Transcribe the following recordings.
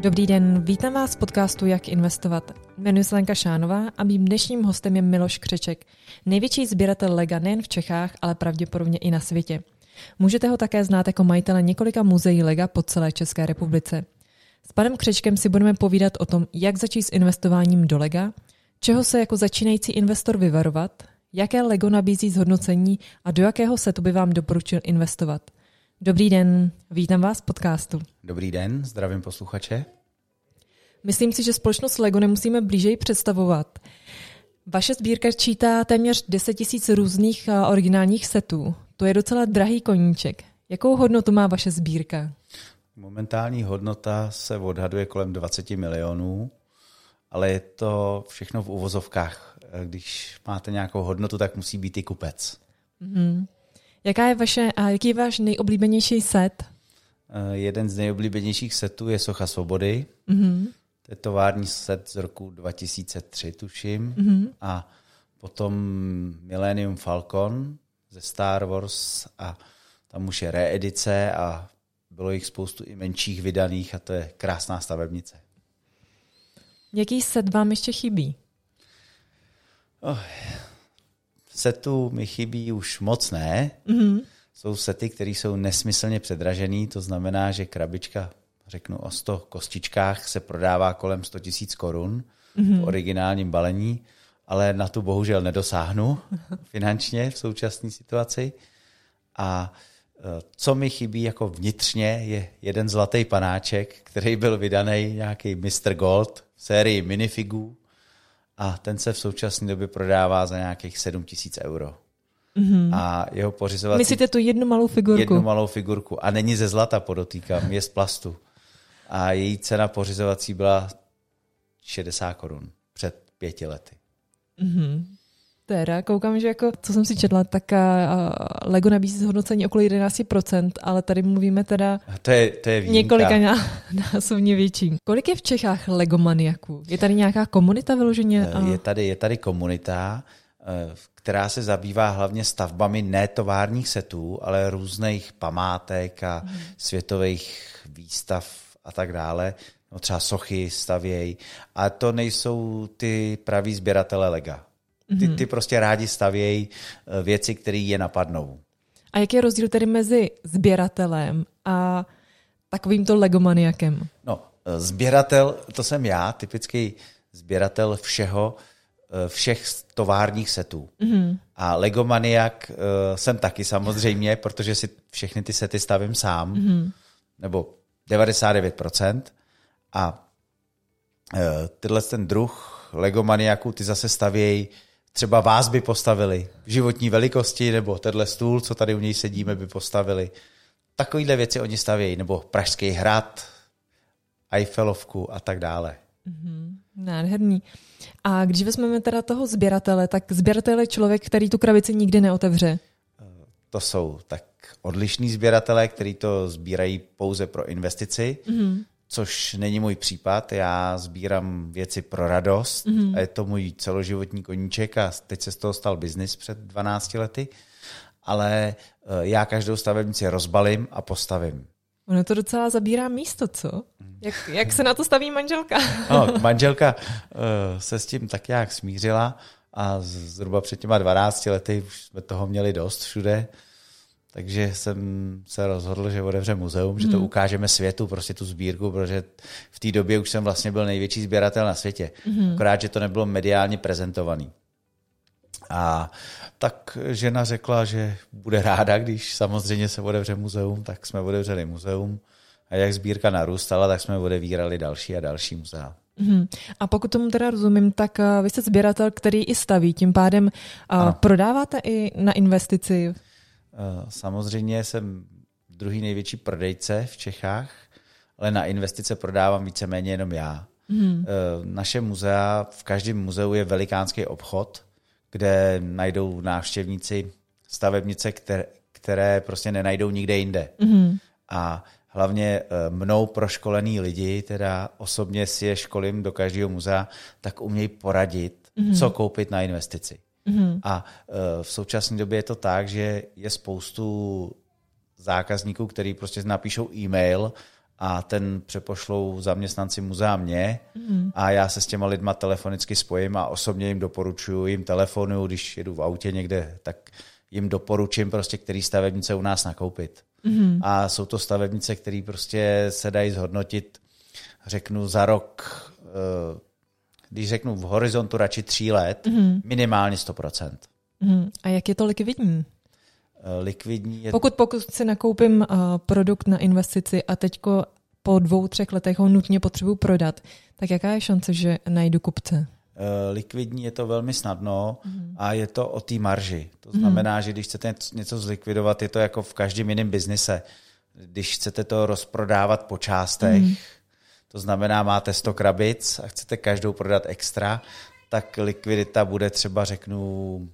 Dobrý den, vítám vás v podcastu Jak investovat. Jmenuji se Lenka Šánová a mým dnešním hostem je Miloš Křeček, největší sběratel lega nejen v Čechách, ale pravděpodobně i na světě. Můžete ho také znát jako majitele několika muzeí lega po celé České republice. S panem Křečkem si budeme povídat o tom, jak začít s investováním do lega, čeho se jako začínající investor vyvarovat, jaké lego nabízí zhodnocení a do jakého setu by vám doporučil investovat. Dobrý den, vítám vás v podcastu. Dobrý den, zdravím posluchače. Myslím si, že společnost LEGO nemusíme blíže představovat. Vaše sbírka čítá téměř 10 000 různých originálních setů. To je docela drahý koníček. Jakou hodnotu má vaše sbírka? Momentální hodnota se odhaduje kolem 20 milionů, ale je to všechno v uvozovkách. Když máte nějakou hodnotu, tak musí být i kupec. Mm-hmm. Jaký je váš nejoblíbenější set? Jeden z nejoblíbenějších setů je Socha svobody. Mm-hmm. To je tovární set z roku 2003, tuším. Mm-hmm. A potom Millennium Falcon ze Star Wars a tam už je reedice a bylo jich spoustu i menších vydaných a to je krásná stavebnice. Jaký set vám ještě chybí? Setu mi chybí už moc ne. Mm-hmm. Jsou sety, které jsou nesmyslně předražený, to znamená, že krabička, řeknu o 100 kostičkách, se prodává kolem 100 000 korun v originálním balení, ale na tu bohužel nedosáhnu finančně v současné situaci. A co mi chybí jako vnitřně, je jeden zlatý panáček, který byl vydaný nějaký Mr. Gold v sérii minifigů a ten se v současné době prodává za nějakých 7 000 euro. Mm-hmm. A jeho pořizovací... Myslíte tu jednu malou figurku? Jednu malou figurku. A není ze zlata, podotýkám, je z plastu. A její cena pořizovací byla 60 korun před 5 lety. Mm-hmm. Teda, koukám, že jako, co jsem si četla, tak LEGO nabízí zhodnocení okolo 11%, ale tady mluvíme teda to je několika násobně větší. Kolik je v Čechách LEGO maniaků? Je tady nějaká komunita vyloženě? Je tady komunita, která se zabývá hlavně stavbami ne továrních setů, ale různých památek a světových výstav a tak dále. No, třeba sochy stavějí. A to nejsou ty praví sběratele lega. Ty prostě rádi stavějí věci, které je napadnou. A jaký je rozdíl tedy mezi sběratelem a takovýmto legomaniakem? No, sběratel, to jsem já, typický sběratel všech továrních setů. Mm-hmm. A legomaniak jsem taky samozřejmě, protože si všechny ty sety stavím sám, nebo 99%. A tyhle ten druh legomaniaků, ty zase stavějí, třeba vás by postavili v životní velikosti, nebo tenhle stůl, co tady u něj sedíme, by postavili. Takovýhle věci oni stavějí, nebo Pražský hrad, Eiffelovku a tak dále. Mm-hmm. Nádherný. A když vezmeme teda toho sběratele, tak sběratel je člověk, který tu krabici nikdy neotevře. To jsou tak odlišní sběratelé, kteří to sbírají pouze pro investici, což není můj případ. Já sbírám věci pro radost a je to můj celoživotní koníček a teď se z toho stal biznis před 12 lety, ale já každou stavebnici rozbalím a postavím. Ono to docela zabírá místo, co? Jak se na to staví manželka? No, manželka se s tím tak nějak smířila a zhruba před těma 12 lety už jsme toho měli dost všude, takže jsem se rozhodl, že otevře muzeum, že to ukážeme světu, prostě tu sbírku, protože v té době už jsem vlastně byl největší sběratel na světě. Akorát, že to nebylo mediálně prezentovaný. A tak žena řekla, že bude ráda, když samozřejmě se otevře muzeum, tak jsme otevřeli muzeum. A jak sbírka narůstala, tak jsme otevírali další a další muzea. A pokud tomu teda rozumím, tak vy jste sběratel, který i staví, tím pádem prodáváte i na investici? Samozřejmě jsem druhý největší prodejce v Čechách, ale na investice prodávám víceméně jenom já. Naše muzea, v každém muzeu je velikánský obchod, kde najdou návštěvníci stavebnice, které prostě nenajdou nikde jinde. A hlavně mnou proškolený lidi, teda osobně si je školím do každého muzea, tak umějí poradit, co koupit na investici. A v současné době je to tak, že je spoustu zákazníků, který prostě napíšou e-mail a ten přepošlou zaměstnanci muzea mě a já se s těma lidma telefonicky spojím a osobně jim doporučuji, jim telefonuju, když jedu v autě někde, tak jim doporučím prostě, který stavebnice u nás nakoupit. A jsou to stavebnice, které prostě se dají zhodnotit, řeknu za rok, když řeknu v horizontu radši 3 let, minimálně 100%. A jak je to likvidní? Likvidní je... Pokud si nakoupím produkt na investici a teďko po 2-3 letech ho nutně potřebuji prodat, tak jaká je šance, že najdu kupce? Likvidní je to velmi snadno a je to o té marži. To znamená, že když chcete něco zlikvidovat, je to jako v každém jiném biznise. Když chcete to rozprodávat po částech, to znamená, máte 100 krabic a chcete každou prodat extra, tak likvidita bude třeba, řeknu,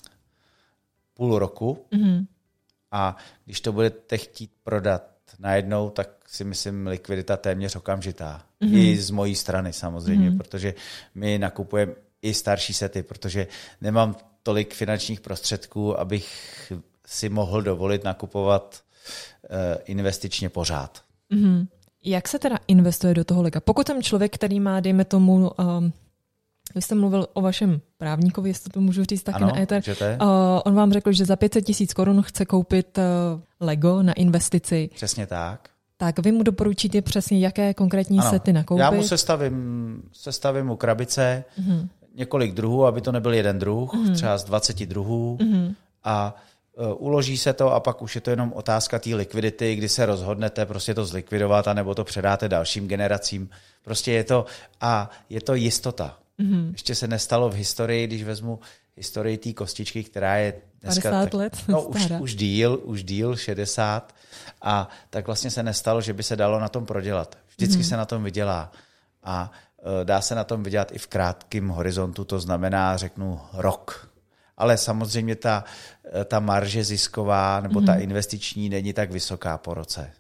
půl roku. A když to budete chtít prodat najednou, tak si myslím likvidita téměř okamžitá. I z mojí strany samozřejmě, protože my nakupujeme i starší sety, protože nemám tolik finančních prostředků, abych si mohl dovolit nakupovat investičně pořád. Jak se teda investuje do toho lega? Pokud jsem člověk, který má, dejme tomu, vy jste mluvil o vašem právníkovi, jestli to můžu říct taky na éter. On vám řekl, že za 500 000 korun chce koupit Lego na investici. Přesně tak. Tak vy mu doporučíte přesně, jaké konkrétní sety nakoupit? Já mu sestavím mu krabice, několik druhů, aby to nebyl jeden druh, třeba z 20 druhů a uloží se to a pak už je to jenom otázka té likvidity, kdy se rozhodnete prostě to zlikvidovat anebo to předáte dalším generacím. Prostě je to jistota. Ještě se nestalo v historii, když vezmu historii té kostičky, která je dneska 50 let. No, už díl 60 a tak vlastně se nestalo, že by se dalo na tom prodělat. Vždycky se na tom vydělá a dá se na tom vydělat i v krátkém horizontu, to znamená, řeknu, rok. Ale samozřejmě ta marže zisková nebo ta investiční není tak vysoká po roce.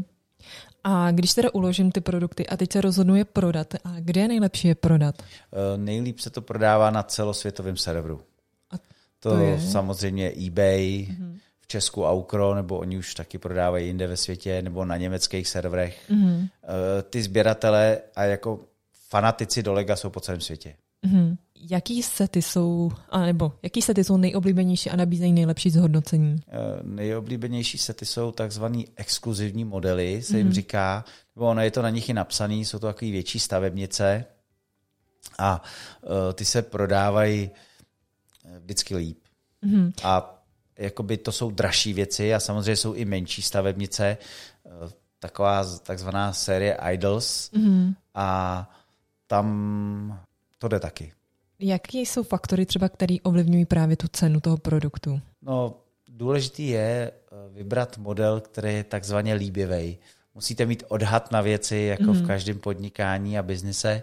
A když teda uložím ty produkty a teď se rozhodnu je prodat, a kde je nejlepší je prodat? Nejlíp se to prodává na celosvětovém serveru. A to je samozřejmě eBay, v Česku Aukro, nebo oni už taky prodávají jinde ve světě, nebo na německých serverech. Ty sběratele a jako fanatici do Lega jsou po celém světě. Jaký sety jsou nejoblíbenější a nabízejí nejlepší zhodnocení? Nejoblíbenější sety jsou takzvaný exkluzivní modely, se jim říká, nebo ono je to na nich i napsaný, jsou to takový větší stavebnice a ty se prodávají vždycky líp. A jakoby to jsou dražší věci a samozřejmě jsou i menší stavebnice, taková takzvaná série Idols a tam to jde taky. Jaké jsou faktory třeba, které ovlivňují právě tu cenu toho produktu? No, důležitý je vybrat model, který je takzvaně líbivý. Musíte mít odhad na věci, jako v každém podnikání a biznise.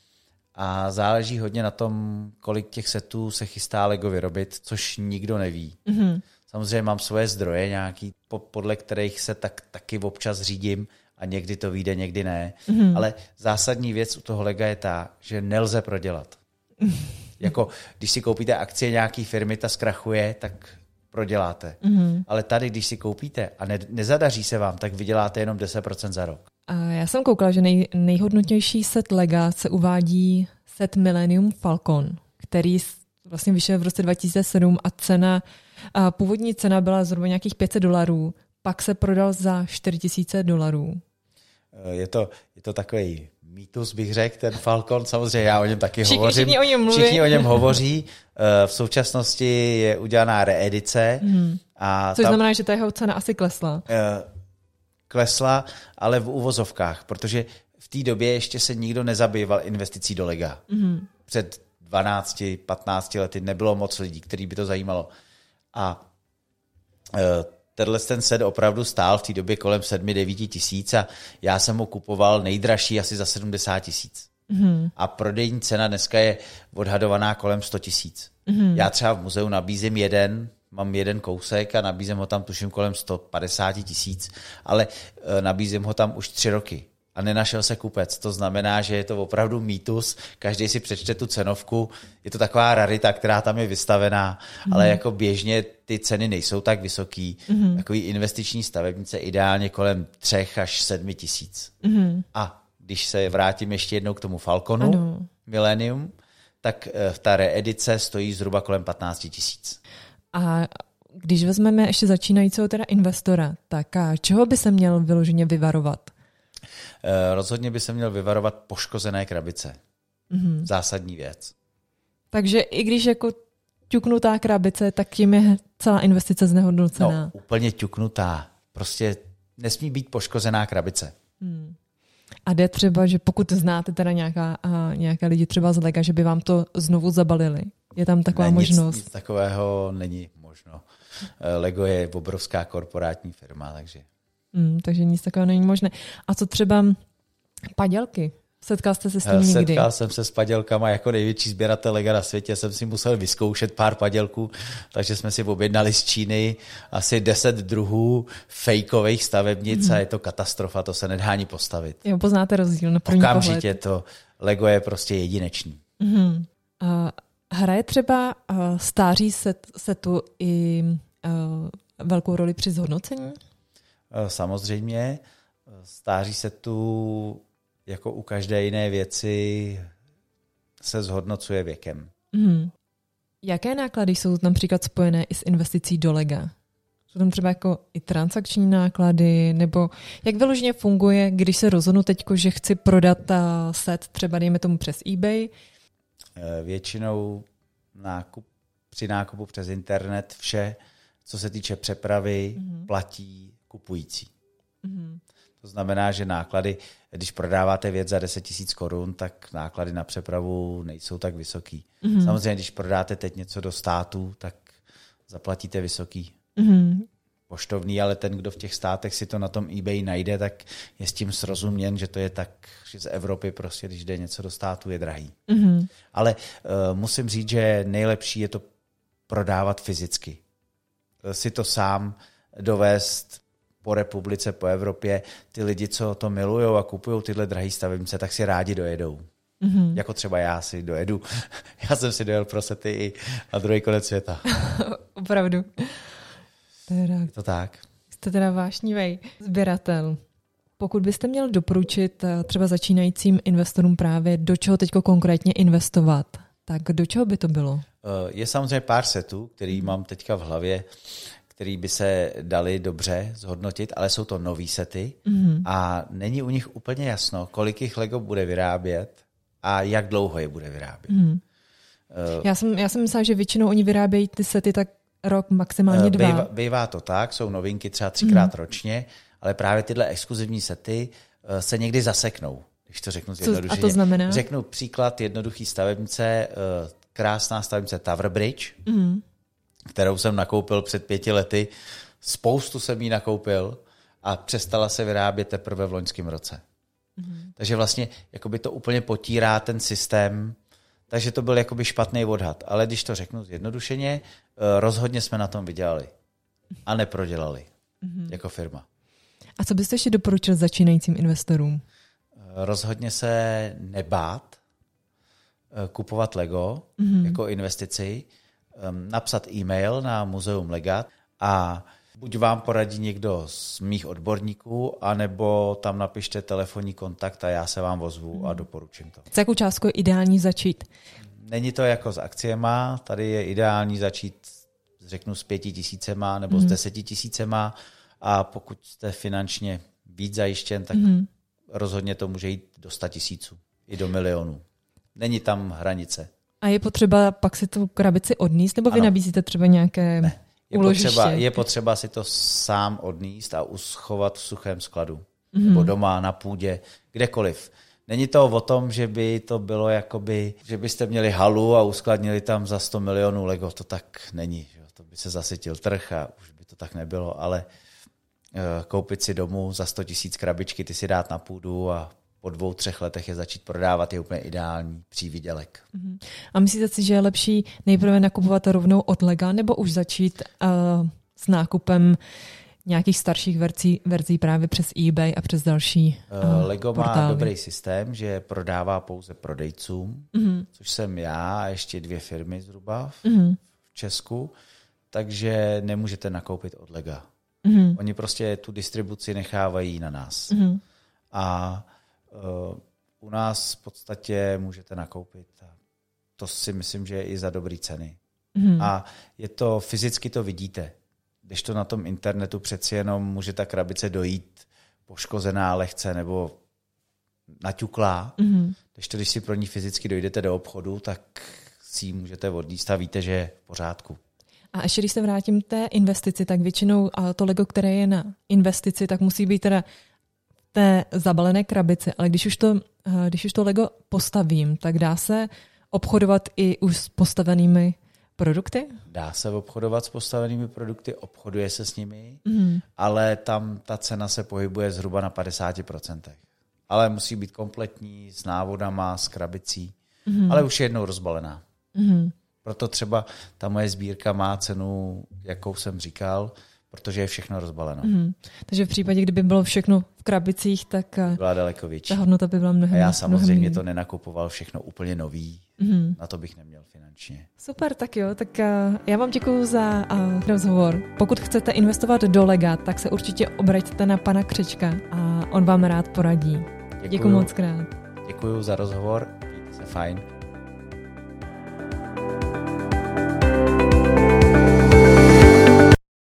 A záleží hodně na tom, kolik těch setů se chystá Lego vyrobit, což nikdo neví. Samozřejmě mám svoje zdroje nějaký, podle kterých se taky občas řídím a někdy to vyjde, někdy ne. Ale zásadní věc u toho Lega je ta, že nelze prodělat. Jako když si koupíte akcie nějaký firmy, ta zkrachuje, tak proděláte. Ale tady, když si koupíte a nezadaří se vám, tak vyděláte jenom 10% za rok. A já jsem koukala, že nejhodnotnější set Lega se uvádí set Millennium Falcon, který vlastně vyšel v roce 2007 a původní cena byla zhruba nějakých $500, pak se prodal za $4,000. Je to takový mýtus, bych řekl, ten Falcon, samozřejmě já o něm taky hovořím. Všichni o něm hovoří. V současnosti je udělaná reedice. Což znamená, že ta jeho cena asi klesla. Klesla, ale v uvozovkách, protože v té době ještě se nikdo nezabýval investicí do Lega. Před 12-15 lety nebylo moc lidí, který by to zajímalo. A ten set opravdu stál v té době kolem 7-9 tisíc a já jsem ho kupoval nejdražší asi za 70 000. A prodejní cena dneska je odhadovaná kolem 100 000. Já třeba v muzeu nabízím mám jeden kousek a nabízím ho tam tuším kolem 150 000, ale nabízím ho tam už 3 roky. a nenašel se kupec. To znamená, že je to opravdu mýtus, každý si přečte tu cenovku, je to taková rarita, která tam je vystavená, ale jako běžně ty ceny nejsou tak vysoký. Takový investiční stavebnice ideálně kolem 3 až 7 tisíc. A když se vrátím ještě jednou k tomu Falconu, Millennium, tak ta reedice stojí zhruba kolem 15 tisíc. A když vezmeme ještě začínajícího teda investora, tak čeho by se měl vyloženě vyvarovat? Rozhodně by se měl vyvarovat poškozené krabice. Zásadní věc. Takže i když jako ťuknutá krabice, tak tím je celá investice znehodnocená. No, úplně ťuknutá. Prostě nesmí být poškozená krabice. A jde třeba, že pokud znáte teda nějaké lidi třeba z Lega, že by vám to znovu zabalili. Je tam taková možnost? Nic takového není možno. Lego je obrovská korporátní firma, takže... Takže nic takového není možné. A co třeba padělky? Setkal jste se s tím nikdy? Setkal jsem se s padělkama, jako největší sběratel Lega na světě. Jsem si musel vyzkoušet pár padělků, takže jsme si objednali z Číny asi 10 druhů fejkových stavebnic a je to katastrofa, to se nedá ani postavit. Jo, poznáte rozdíl na první pohled. Okamžitě to Lego je prostě jedinečný. Hraje třeba stáří setu i velkou roli při zhodnocení? Samozřejmě. Stáří setu jako u každé jiné věci se zhodnocuje věkem. Jaké náklady jsou například spojené i s investicí do Lega? Jsou tam třeba jako i transakční náklady, nebo jak vyloženě funguje, když se rozhodnu teďko, že chci prodat set, třeba dejme tomu přes eBay? Většinou při nákupu přes internet vše, co se týče přepravy, platí kupující. To znamená, že náklady, když prodáváte věc za 10 000 korun, tak náklady na přepravu nejsou tak vysoký. Samozřejmě, když prodáte teď něco do státu, tak zaplatíte vysoký poštovný, ale ten, kdo v těch státech si to na tom eBay najde, tak je s tím srozuměn, že to je tak, že z Evropy prostě, když jde něco do státu, je drahý. Ale musím říct, že nejlepší je to prodávat fyzicky. Si to sám dovést po republice, po Evropě. Ty lidi, co to milujou a kupují tyhle drahé stavebnice, tak si rádi dojedou. Jako třeba já si dojedu. Já jsem si dojel pro sety i na druhý konec světa. Opravdu. To tak. Jste teda vášnivý sběratel. Pokud byste měl doporučit třeba začínajícím investorům právě, do čeho teď konkrétně investovat, tak do čeho by to bylo? Je samozřejmě pár setů, který mám teďka v hlavě, který by se dali dobře zhodnotit, ale jsou to nový sety a není u nich úplně jasno, kolik jich Lego bude vyrábět a jak dlouho je bude vyrábět. Já jsem myslela, že většinou oni vyrábějí ty sety tak rok, maximálně 2. Bývá to tak, jsou novinky třeba 3krát ročně, ale právě tyhle exkluzivní sety se někdy zaseknou, když to řeknu zjednodušeně. A to znamená? Řeknu příklad jednoduchý stavebnice, krásná stavebnice Tower Bridge, kterou jsem nakoupil před 5 lety. Spoustu jsem jí nakoupil a přestala se vyrábět teprve v loňském roce. Takže vlastně jakoby to úplně potírá ten systém, takže to byl jakoby špatný odhad. Ale když to řeknu zjednodušeně, rozhodně jsme na tom vydělali a neprodělali jako firma. A co byste ještě doporučil začínajícím investorům? Rozhodně se nebát kupovat Lego jako investici, napsat e-mail na Muzeum Lega a buď vám poradí někdo z mých odborníků, anebo tam napište telefonní kontakt a já se vám ozvu a doporučím to. S jakou částkou je ideální začít? Není to jako s akciema, tady je ideální začít, řeknu, s 5 000 nebo s 10 000 a pokud jste finančně víc zajištěn, tak rozhodně to může jít do 100 000 i do milionů. Není tam hranice. A je potřeba pak si tu krabici odníst, nebo vy nabízíte třeba nějaké úložiště? Je potřeba si to sám odníst a uschovat v suchém skladu. Nebo doma, na půdě, kdekoliv. Není to o tom, že by to bylo jakoby, že byste měli halu a uskladnili tam za 100 milionů Lego. To tak není. Že? To by se zasytil trh a už by to tak nebylo, ale koupit si domů za 100 000 krabičky, ty si dát na půdu a po 2-3 letech je začít prodávat, je úplně ideální přívidělek. A myslíte si, že je lepší nejprve nakupovat rovnou od Lega, nebo už začít s nákupem nějakých starších verzí právě přes eBay a přes další Lego portály. má dobrý systém, že prodává pouze prodejcům, což jsem já a ještě 2 firmy zhruba v Česku, takže nemůžete nakoupit od Lega. Oni prostě tu distribuci nechávají na nás. A u nás v podstatě můžete nakoupit. To si myslím, že je i za dobrý ceny. A je to, fyzicky to vidíte. Když to na tom internetu přeci jenom může ta krabice dojít poškozená lehce nebo naťuklá. Když si pro ní fyzicky dojdete do obchodu, tak si ji můžete odníst a víte, že je v pořádku. A ještě když se vrátím té investici, tak většinou to Lego, které je na investici, tak musí být teda té zabalené krabici. Ale když už to Lego postavím, tak dá se obchodovat i už s postavenými produkty? Dá se obchodovat s postavenými produkty, obchoduje se s nimi, ale tam ta cena se pohybuje zhruba na 50%. Ale musí být kompletní, s návodama, s krabicí, ale už je jednou rozbalená. Proto třeba ta moje sbírka má cenu, jakou jsem říkal, protože je všechno rozbaleno. Takže v případě, kdyby bylo všechno v krabicích, tak byla daleko větší. Ta hodnota by byla mnohem. A já samozřejmě to nenakupoval všechno úplně nový. Na to bych neměl finančně. Super, tak jo. Tak já vám děkuju za rozhovor. Pokud chcete investovat do Lega, tak se určitě obraťte na pana Křečka a on vám rád poradí. Děkuju moc krát. Děkuju za rozhovor, mějte se fajn.